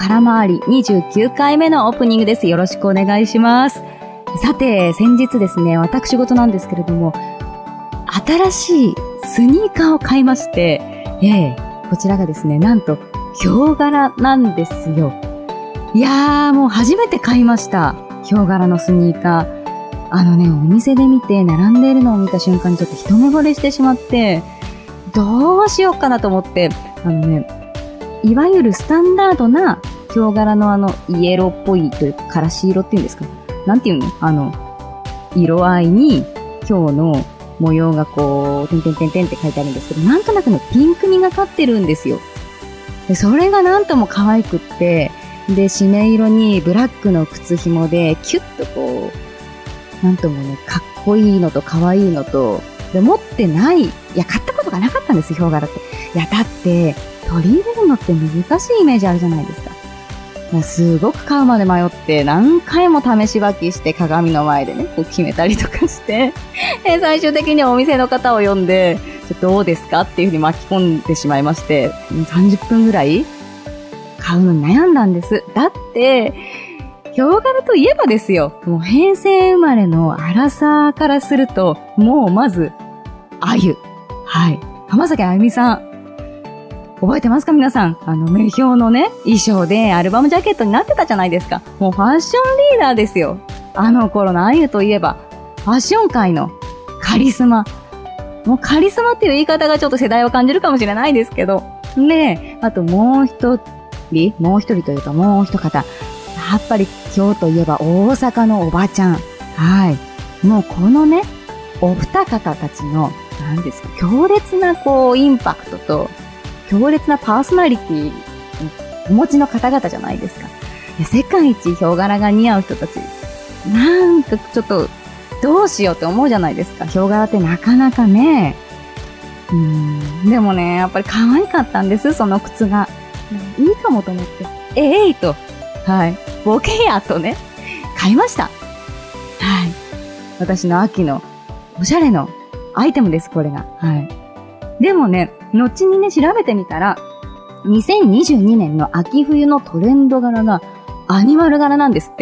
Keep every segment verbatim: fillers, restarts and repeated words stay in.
空回りにじゅうきゅうかいめのオープニングです。よろしくお願いします。さて、先日ですね、私事なんですけれども、新しいスニーカーを買いまして、ええ、こちらがですね、なんと、ヒョウ柄なんですよ。いやー、もう初めて買いました。ヒョウ柄のスニーカー。あのね、お店で見て、並んでいるのを見た瞬間にちょっと一目惚れしてしまって、どうしようかなと思って、あのね、いわゆるスタンダードなヒョウ柄のあの、イエローっぽいというか、からし色っていうんですか。なんていうの？あの、色合いに、ヒョウの模様がこう、てんてんてんてんって書いてあるんですけど、なんとなくね、ピンクみがかってるんですよ。で、それがなんとも可愛くって、で、締め色にブラックの靴紐で、キュッとこう、なんともね、かっこいいのと可愛いのと、で、持ってない、いや、買ったことがなかったんですよ、ヒョウ柄って。いや、だって、取り入れるのって難しいイメージあるじゃないですか。すごく買うまで迷って何回も試し履きして鏡の前でね、こう決めたりとかして、え最終的にはお店の方を呼んで、ちょっとどうですかっていうふうに巻き込んでしまいまして、さんじゅっぷんぐらい買うのに悩んだんです。だって、ヒョウ柄といえばですよ、もう平成生まれのアラサーからすると、もうまず、あゆ。はい。浜崎あゆみさん。覚えてますか皆さん。あの、名標のね、衣装でアルバムジャケットになってたじゃないですか。もうファッションリーダーですよ。あの頃のあゆといえば、ファッション界のカリスマ。もうカリスマっていう言い方がちょっと世代を感じるかもしれないですけど。で、あともう一人、もう一人というかもう一方。やっぱり今日といえば大阪のおばちゃん。はい。もうこのね、お二方たちの、何ですか、強烈なこう、インパクトと、強烈なパーソナリティお持ちの方々じゃないですか。世界一ヒョウ柄が似合う人たち。なんかちょっとどうしようって思うじゃないですか。ヒョウ柄ってなかなかね。うーん。でもね、やっぱり可愛かったんです、その靴が。いいかもと思って。ええー、と。はい。ボケやとね、買いました。はい。私の秋のおしゃれのアイテムです、これが。はい。でもね、後にね、調べてみたら、にせんにじゅうにねんの秋冬のトレンド柄がアニマル柄なんですって。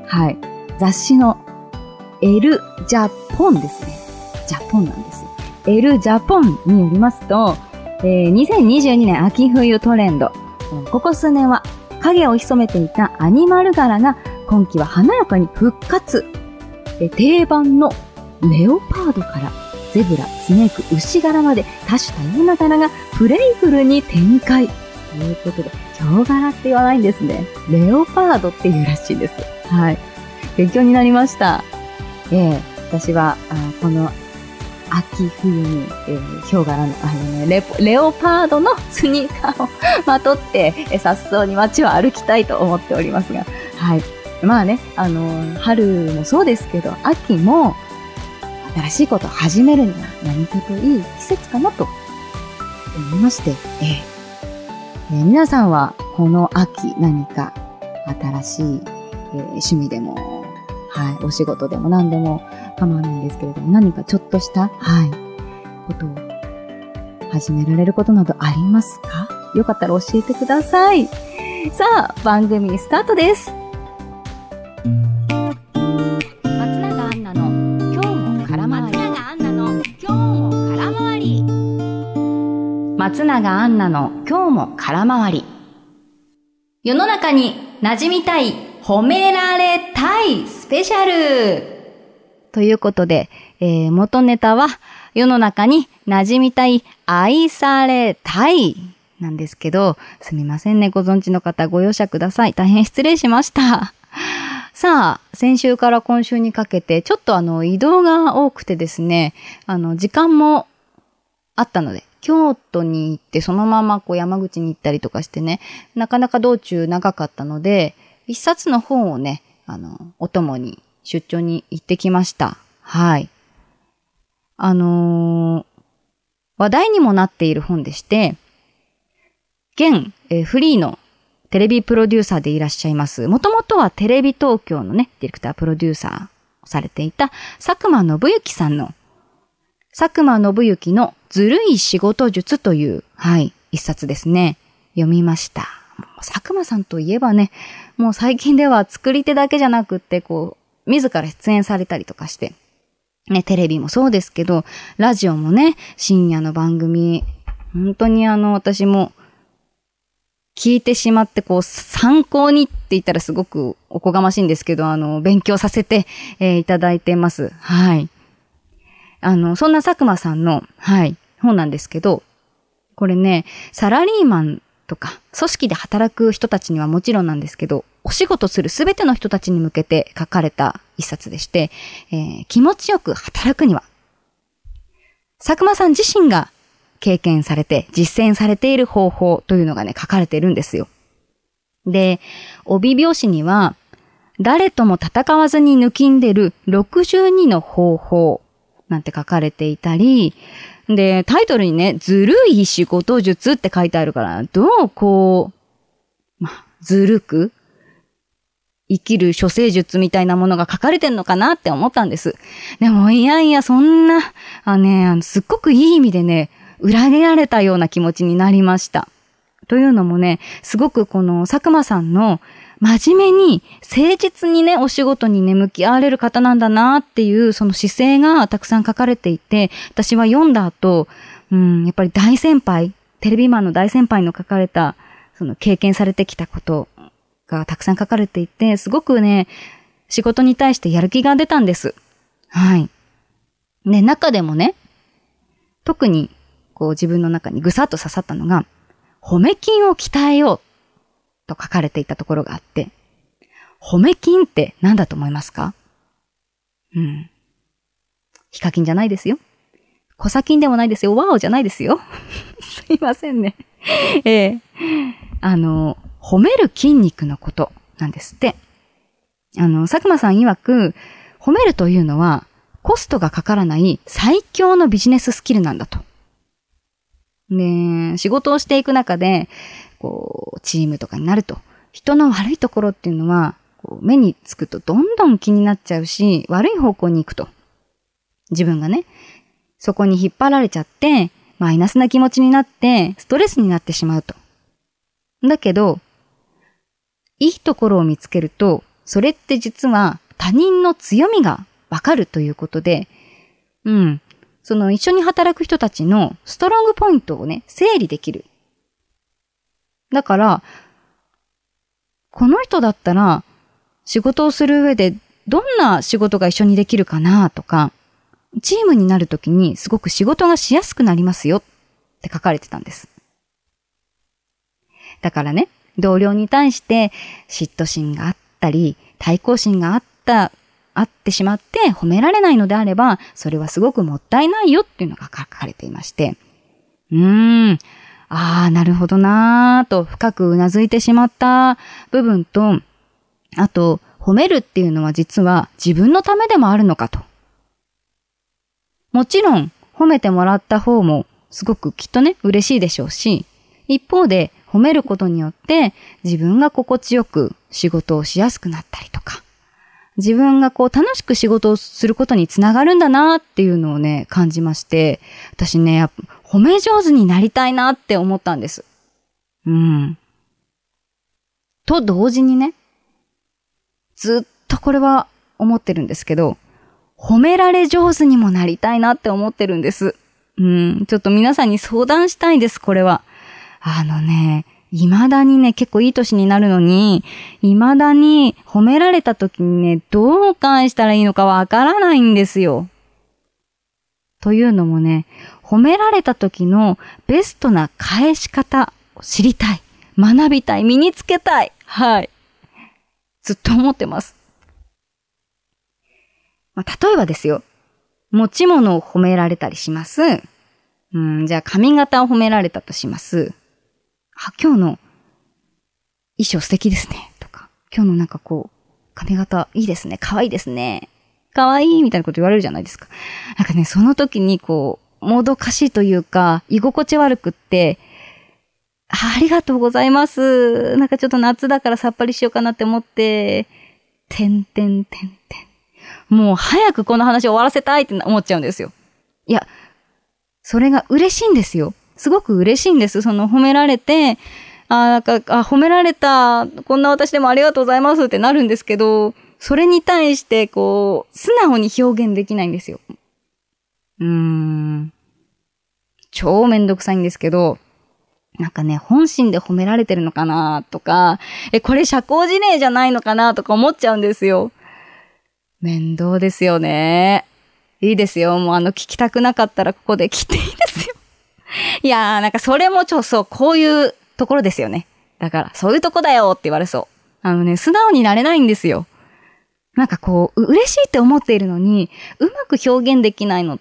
はい。雑誌のエルジャポンですね。ジャポンなんですよ。エルジャポンによりますと、えー、にせんにじゅうにねん秋冬トレンド。ここ数年は影を潜めていたアニマル柄が今季は華やかに復活。定番のレオパードからゼブラ、スネーク、牛柄まで多種多様な柄がプレイフルに展開。ということで、ヒョウ柄って言わないんですね。レオパードっていうらしいです。はい。勉強になりました。ええー、私は、あこの秋冬に、えー、ヒョウ柄の、あのね、レ、レオパードのスニーカーをまとって、えー、さっそうに街を歩きたいと思っておりますが。はい。まあね、あのー、春もそうですけど、秋も、新しいことを始めるには何かといい季節かなと思いまして、えええー、皆さんはこの秋何か新しい、えー、趣味でも、はい、お仕事でも何でも構わないんですけれども、何かちょっとした、はい、ことを始められることなどありますか？よかったら教えてください。さあ、番組スタートです。松永アンナの今日も空回り。世の中に馴染みたい、褒められたいスペシャルということで、えー、元ネタは世の中に馴染みたい、愛されたいなんですけど、すみませんね、ご存知の方ご容赦ください。大変失礼しました。さあ、先週から今週にかけてちょっとあの移動が多くてですね、あの時間もあったので、京都に行ってそのままこう山口に行ったりとかしてね、なかなか道中長かったので、一冊の本をね、あの、お供に出張に行ってきました。はい。あのー、話題にもなっている本でして、現、えー、フリーのテレビプロデューサーでいらっしゃいます。もともとはテレビ東京のね、ディレクタープロデューサーをされていた佐久間信之さんの佐久間信之のずるい仕事術という、はい、一冊ですね。読みました。 佐久間さんといえばね、もう最近では作り手だけじゃなくって、こう、自ら出演されたりとかして、ね、テレビもそうですけど、ラジオもね、深夜の番組、本当にあの、私も、聞いてしまって、こう、参考にって言ったらすごくおこがましいんですけど、あの、勉強させて、えー、いただいてます。はい。あの、そんな佐久間さんの、はい、本なんですけど、これね、サラリーマンとか、組織で働く人たちにはもちろんなんですけど、お仕事するすべての人たちに向けて書かれた一冊でして、えー、気持ちよく働くには、佐久間さん自身が経験されて実践されている方法というのがね、書かれているんですよ。で、帯表紙には、誰とも戦わずに抜きんでるろくじゅうにの方法なんて書かれていたり、で、タイトルにね、ずるい仕事術って書いてあるから、どうこう、まあ、ずるく生きる処世術みたいなものが書かれてんのかなって思ったんです。でも、いやいや、そんな、あね、あのすっごくいい意味でね、裏切られたような気持ちになりました。というのもね、すごくこの佐久間さんの真面目に誠実にね、お仕事にね、向き合われる方なんだなっていうその姿勢がたくさん書かれていて、私は読んだ後、うん、やっぱり大先輩、テレビマンの大先輩の書かれた、その経験されてきたことがたくさん書かれていて、すごくね、仕事に対してやる気が出たんです。はい。で、中でもね、特にこう自分の中にぐさっと刺さったのが、褒め筋を鍛えようと書かれていたところがあって、褒め筋って何だと思いますか？うん。ヒカキンじゃないですよ。コサキンでもないですよ。ワオじゃないですよ。すいませんね。ええあの、褒める筋肉のことなんですって。あの、佐久間さん曰く、褒めるというのはコストがかからない最強のビジネススキルなんだと。で、仕事をしていく中で、こう、チームとかになると、人の悪いところっていうのは、こう目につくとどんどん気になっちゃうし、悪い方向に行くと。自分がね、そこに引っ張られちゃって、マイナスな気持ちになって、ストレスになってしまうと。だけど、いいところを見つけると、それって実は他人の強みがわかるということで、うん。その一緒に働く人たちのストロングポイントをね、整理できる。だから、この人だったら仕事をする上でどんな仕事が一緒にできるかなとか、チームになるときにすごく仕事がしやすくなりますよって書かれてたんです。だからね、同僚に対して嫉妬心があったり、対抗心があった、あってしまって褒められないのであれば、それはすごくもったいないよっていうのが書かれていまして、うーん、ああ、なるほどなーと深くうなずいてしまった部分と、あと、褒めるっていうのは実は自分のためでもあるのかと。もちろん褒めてもらった方もすごくきっとね、嬉しいでしょうし、一方で褒めることによって自分が心地よく仕事をしやすくなったりとか、自分がこう楽しく仕事をすることにつながるんだなっていうのをね、感じまして、私ね、やっぱ褒め上手になりたいなって思ったんです。うん。と同時にね、ずっとこれは思ってるんですけど、褒められ上手にもなりたいなって思ってるんです。うん、ちょっと皆さんに相談したいです、これは。あのね、未だにね、結構いい年になるのに、未だに褒められた時にね、どう返したらいいのかわからないんですよ。というのもね、褒められた時のベストな返し方を知りたい、学びたい、身につけたい。はい。ずっと思ってます。まあ、例えばですよ。持ち物を褒められたりします。うん、じゃあ髪型を褒められたとします。あ、今日の衣装素敵ですね。とか、今日のなんかこう、髪型いいですね。可愛いですね。可愛いみたいなこと言われるじゃないですか。なんかね、その時にこう、もどかしいというか、居心地悪くって、あ、ありがとうございます。なんかちょっと夏だからさっぱりしようかなって思って、てんてんてんてん。もう早くこの話終わらせたいって思っちゃうんですよ。いや、それが嬉しいんですよ。すごく嬉しいんです。その褒められて、 あ、なんか、あ、褒められた、こんな私でもありがとうございますってなるんですけど、それに対して、こう、素直に表現できないんですよ。うーん。超めんどくさいんですけど、なんかね、本心で褒められてるのかなとか、え、これ社交辞令じゃないのかなとか思っちゃうんですよ。面倒ですよね。いいですよ。もうあの、聞きたくなかったらここで切っていいですよ。いやー、なんかそれもちょ、そう、こういうところですよね。だから、そういうとこだよって言われそう。あのね、素直になれないんですよ。なんかこう、嬉しいって思っているのに、うまく表現できないのって、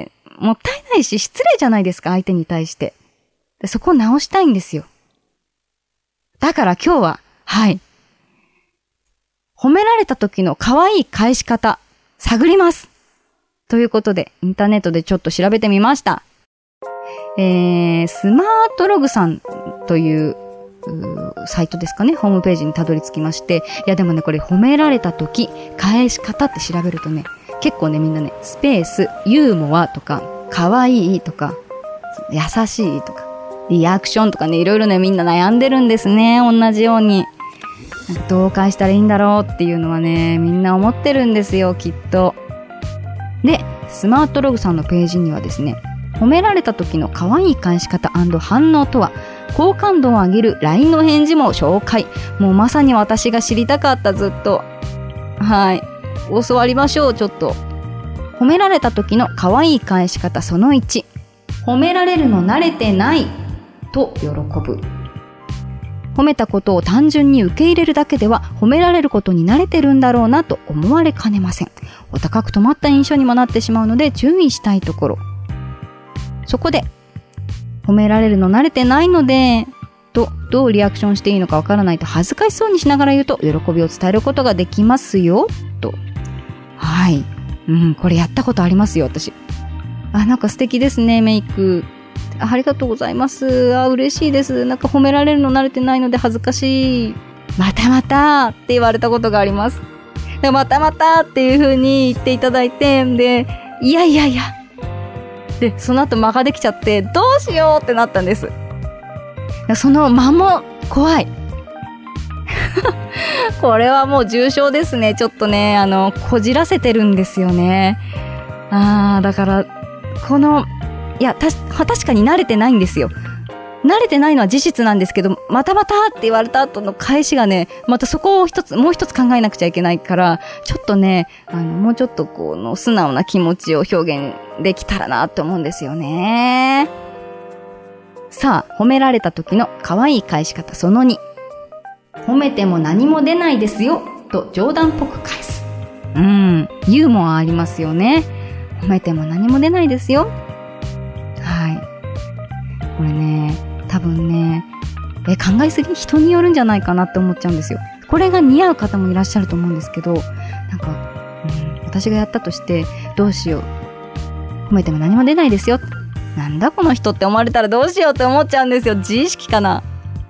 もったいないし失礼じゃないですか、相手に対して。でそこを直したいんですよ。だから今日は、はい。褒められた時の可愛い返し方、探ります。ということで、インターネットでちょっと調べてみました。えー、スマートログさんというサイトですかね、ホームページにたどり着きまして、いやでもね、これ褒められた時、返し方って調べるとね、結構ね、みんなね、スペース、ユーモアとか、可愛いとか、優しいとか、リアクションとかね、いろいろね、みんな悩んでるんですね、同じように。なんかどう返したらいいんだろうっていうのはね、みんな思ってるんですよ、きっと。で、スマートログさんのページにはですね、褒められた時の可愛い返し方&反応とは、好感度を上げる ライン の返事も紹介。もうまさに私が知りたかった、ずっと。はい。教わりましょう、ちょっと。褒められた時の可愛い返し方そのいち。褒められるの慣れてないと喜ぶ。褒めたことを単純に受け入れるだけでは褒められることに慣れてるんだろうなと思われかねません。お高く止まった印象にもなってしまうので注意したいところ。そこで褒められるの慣れてないのでとどうリアクションしていいのかわからないと恥ずかしそうにしながら言うと喜びを伝えることができますよと。はい、うん、これやったことありますよ、私。あ、なんか素敵ですね、メイク。ありがとうございます。あ、嬉しいです。なんか褒められるの慣れてないので恥ずかしい。またまたって言われたことがあります。でまたまたっていう風に言っていただいて、で、いやいやいや。で、その後間ができちゃって、どうしようってなったんです。その間も怖い。これはもう重症ですね。ちょっとね、あの、こじらせてるんですよね。あー、だから、この、いや、たし、確かに慣れてないんですよ。慣れてないのは事実なんですけど、またまたって言われた後の返しがね、またそこを一つ、もう一つ考えなくちゃいけないから、ちょっとね、あの、もうちょっとこの素直な気持ちを表現できたらなって思うんですよね。さあ、褒められた時の可愛い返し方そのに。褒めても何も出ないですよ、と冗談っぽく返す。うん、ユーモアありますよね。褒めても何も出ないですよ。はい。これね、多分ね、え、考えすぎ、人によるんじゃないかなって思っちゃうんですよ。これが似合う方もいらっしゃると思うんですけど、なんか、うん、私がやったとして、どうしよう。褒めても何も出ないですよ。なんだこの人って思われたらどうしようって思っちゃうんですよ。自意識かな。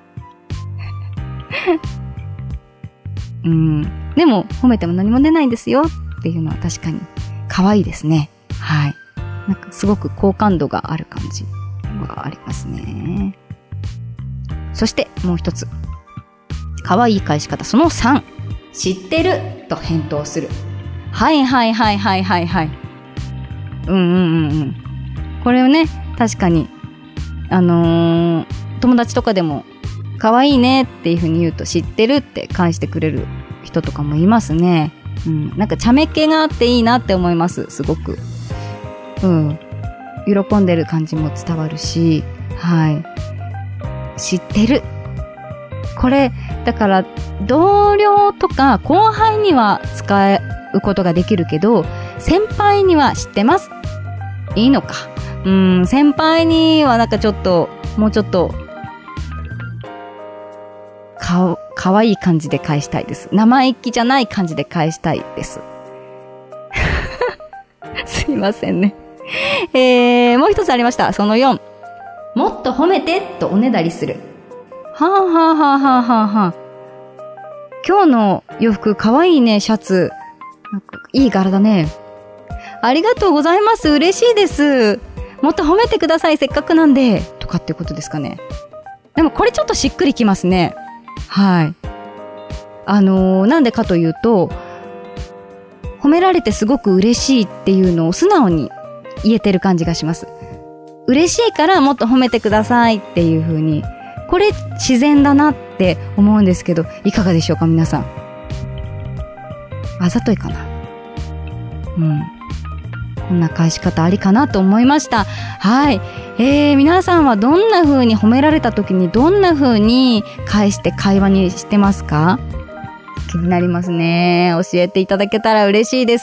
うん。でも、褒めても何も出ないですよっていうのは確かに可愛いですね。はい。なんかすごく好感度がある感じがありますね。そしてもう一つ。可愛い返し方そのさん。知ってると返答する。はいはいはいはいはいはい。うんうんうんうん。これをね、確かに、あのー、友達とかでも可愛いねっていう風に言うと知ってるって返してくれる人とかもいますね。うん。なんか茶目っ気があっていいなって思います。すごく。うん。喜んでる感じも伝わるし、はい。知ってる。これ、だから、同僚とか後輩には使うことができるけど、先輩には知ってます。いいのか。うん、先輩にはなんかちょっと、もうちょっと、か、かわいい感じで返したいです。生意気じゃない感じで返したいです。すいませんね。えー、もう一つありました。そのよん。もっと褒めてとおねだりする。はぁはぁはぁはぁはぁはぁ。今日の洋服かわいいね、シャツ。なんかいい柄だね。ありがとうございます。嬉しいです。もっと褒めてください。せっかくなんで。とかっていうことですかね。 でもこれちょっとしっくりきますね。はい。あのー、なんでかというと、褒められてすごく嬉しいっていうのを素直に言えてる感じがします。嬉しいからもっと褒めてくださいっていう風に、これ自然だなって思うんですけど、いかがでしょうか皆さん。あざといかな。うん。こんな返し方ありかなと思いました。はい。えー、皆さんはどんな風に褒められた時にどんな風に返して会話にしてますか？気になりますね。教えていただけたら嬉しいです。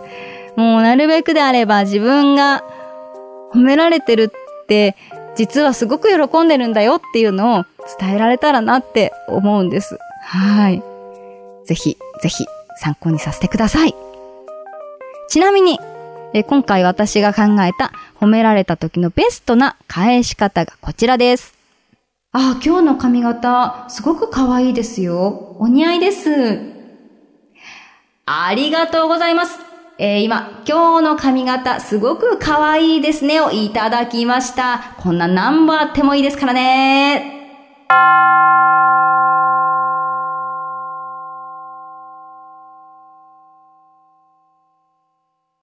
もうなるべくであれば自分が褒められてるって実はすごく喜んでるんだよっていうのを伝えられたらなって思うんです。はい。ぜひぜひ参考にさせてください。ちなみにえ今回私が考えた褒められた時のベストな返し方がこちらです。あ、今日の髪型すごく可愛いですよ。お似合いです。ありがとうございます。えー、今、今日の髪型すごく可愛いですねをいただきました。こんな何本あってもいいですからね。